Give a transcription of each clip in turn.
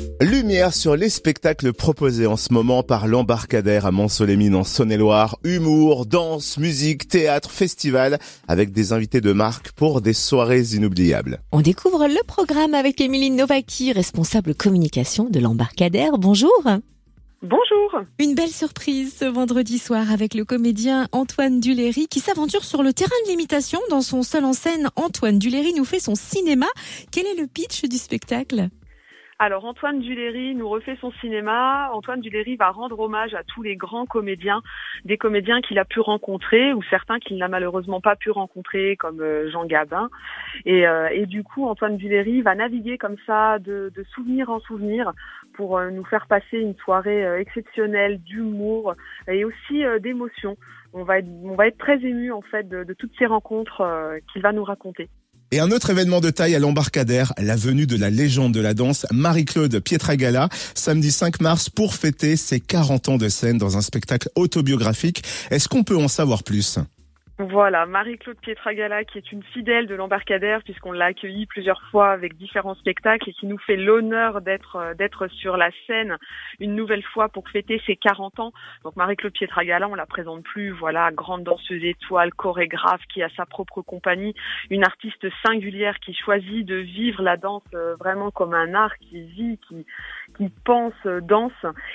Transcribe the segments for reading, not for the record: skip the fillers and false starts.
Lumière sur les spectacles proposés en ce moment par l'Embarcadère à Mont-Solemin en Saône-et-Loire. Humour, danse, musique, théâtre, festival, avec des invités de marque pour des soirées inoubliables. On découvre le programme avec Émilie Novaki, responsable communication de l'Embarcadère. Bonjour. Bonjour. Une belle surprise ce vendredi soir avec le comédien Antoine Duléry qui s'aventure sur le terrain de l'imitation. Dans son seul en scène, Antoine Duléry nous fait son cinéma. Quel est le pitch du spectacle ? Alors Antoine Duléry nous refait son cinéma. Antoine Duléry va rendre hommage à tous les grands comédiens, des comédiens qu'il a pu rencontrer ou certains qu'il n'a malheureusement pas pu rencontrer comme Jean Gabin. Et du coup Antoine Duléry va naviguer comme ça de souvenir en souvenir pour nous faire passer une soirée exceptionnelle d'humour et aussi d'émotion. On va être très émus en fait de toutes ces rencontres qu'il va nous raconter. Et un autre événement de taille à l'Embarcadère, la venue de la légende de la danse, Marie-Claude Pietragala, samedi 5 mars pour fêter ses 40 ans de scène dans un spectacle autobiographique. Est-ce qu'on peut en savoir plus ? Voilà, Marie-Claude Pietragala qui est une fidèle de l'Embarcadère puisqu'on l'a accueillie plusieurs fois avec différents spectacles et qui nous fait l'honneur d'être sur la scène une nouvelle fois pour fêter ses 40 ans. Donc Marie-Claude Pietragala, on la présente plus, voilà, grande danseuse étoile, chorégraphe qui a sa propre compagnie, une artiste singulière qui choisit de vivre la danse vraiment comme un art qui vit, qui pense, danse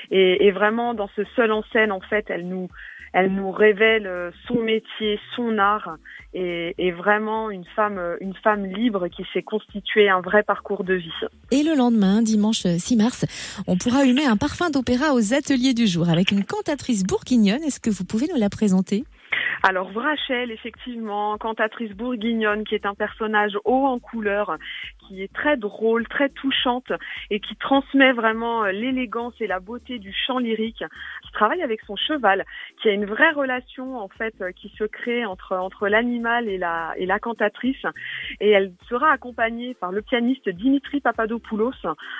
et vraiment dans ce seul en scène en fait, elle nous révèle son métier, son art et vraiment une femme libre qui s'est constituée un vrai parcours de vie. Et le lendemain, dimanche 6 mars, on pourra humer un parfum d'opéra aux ateliers du jour avec une cantatrice bourguignonne. Est-ce que vous pouvez nous la présenter ? Alors Vrachel, effectivement, cantatrice bourguignonne, qui est un personnage haut en couleur, qui est très drôle, très touchante et qui transmet vraiment l'élégance et la beauté du chant lyrique, qui travaille avec son cheval, qui a une vraie relation en fait qui se crée entre l'animal et la cantatrice, et elle sera accompagnée par le pianiste Dimitri Papadopoulos,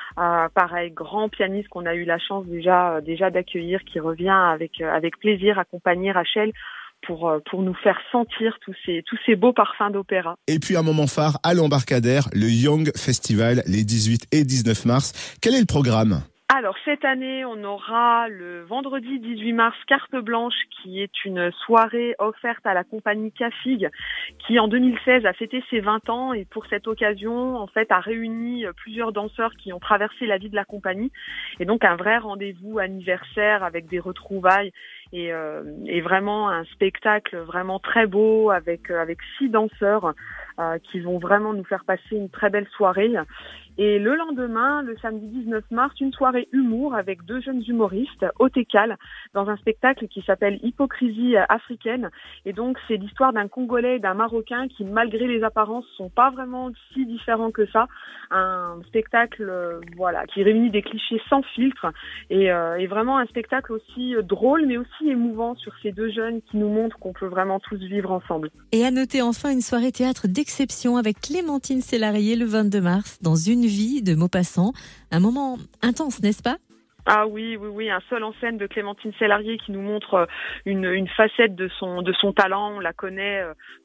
pareil, grand pianiste qu'on a eu la chance déjà d'accueillir, qui revient avec plaisir accompagner Rachel pour nous faire sentir tous ces beaux parfums d'opéra. Et puis un moment phare à l'Embarcadère, le Young Festival, les 18 et 19 mars. Quel est le programme ? Alors cette année, on aura le vendredi 18 mars Carte Blanche, qui est une soirée offerte à la compagnie Cafig, qui en 2016 a fêté ses 20 ans et pour cette occasion, en fait, a réuni plusieurs danseurs qui ont traversé la vie de la compagnie. Et donc un vrai rendez-vous anniversaire avec des retrouvailles et vraiment un spectacle vraiment très beau avec 6 danseurs qui vont vraiment nous faire passer une très belle soirée. Et le lendemain, le samedi 19 mars, une soirée humour avec 2 jeunes humoristes au Técal dans un spectacle qui s'appelle Hypocrisie africaine. Et donc, c'est l'histoire d'un Congolais et d'un Marocain qui, malgré les apparences, sont pas vraiment si différents que ça. Un spectacle, qui réunit des clichés sans filtre et vraiment un spectacle aussi drôle mais aussi émouvant sur ces 2 jeunes qui nous montrent qu'on peut vraiment tous vivre ensemble. Et à noter enfin une soirée théâtre d'exception avec Clémentine Sélarié le 22 mars dans Une vie de Maupassant. Un moment intense, n'est-ce pas ? Ah oui, un seul en scène de Clémentine Sélarié qui nous montre une facette de son talent. On la connaît,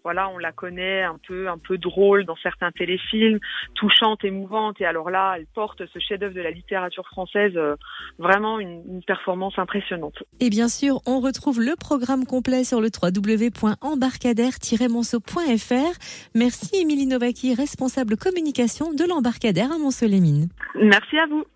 un peu drôle dans certains téléfilms, touchante, émouvante. Et alors là, elle porte ce chef-d'œuvre de la littérature française, vraiment une performance impressionnante. Et bien sûr, on retrouve le programme complet sur le www.embarcadère-monceau.fr. Merci Émilie Novaki, responsable communication de l'Embarcadère à Mont-Solemin. Merci à vous.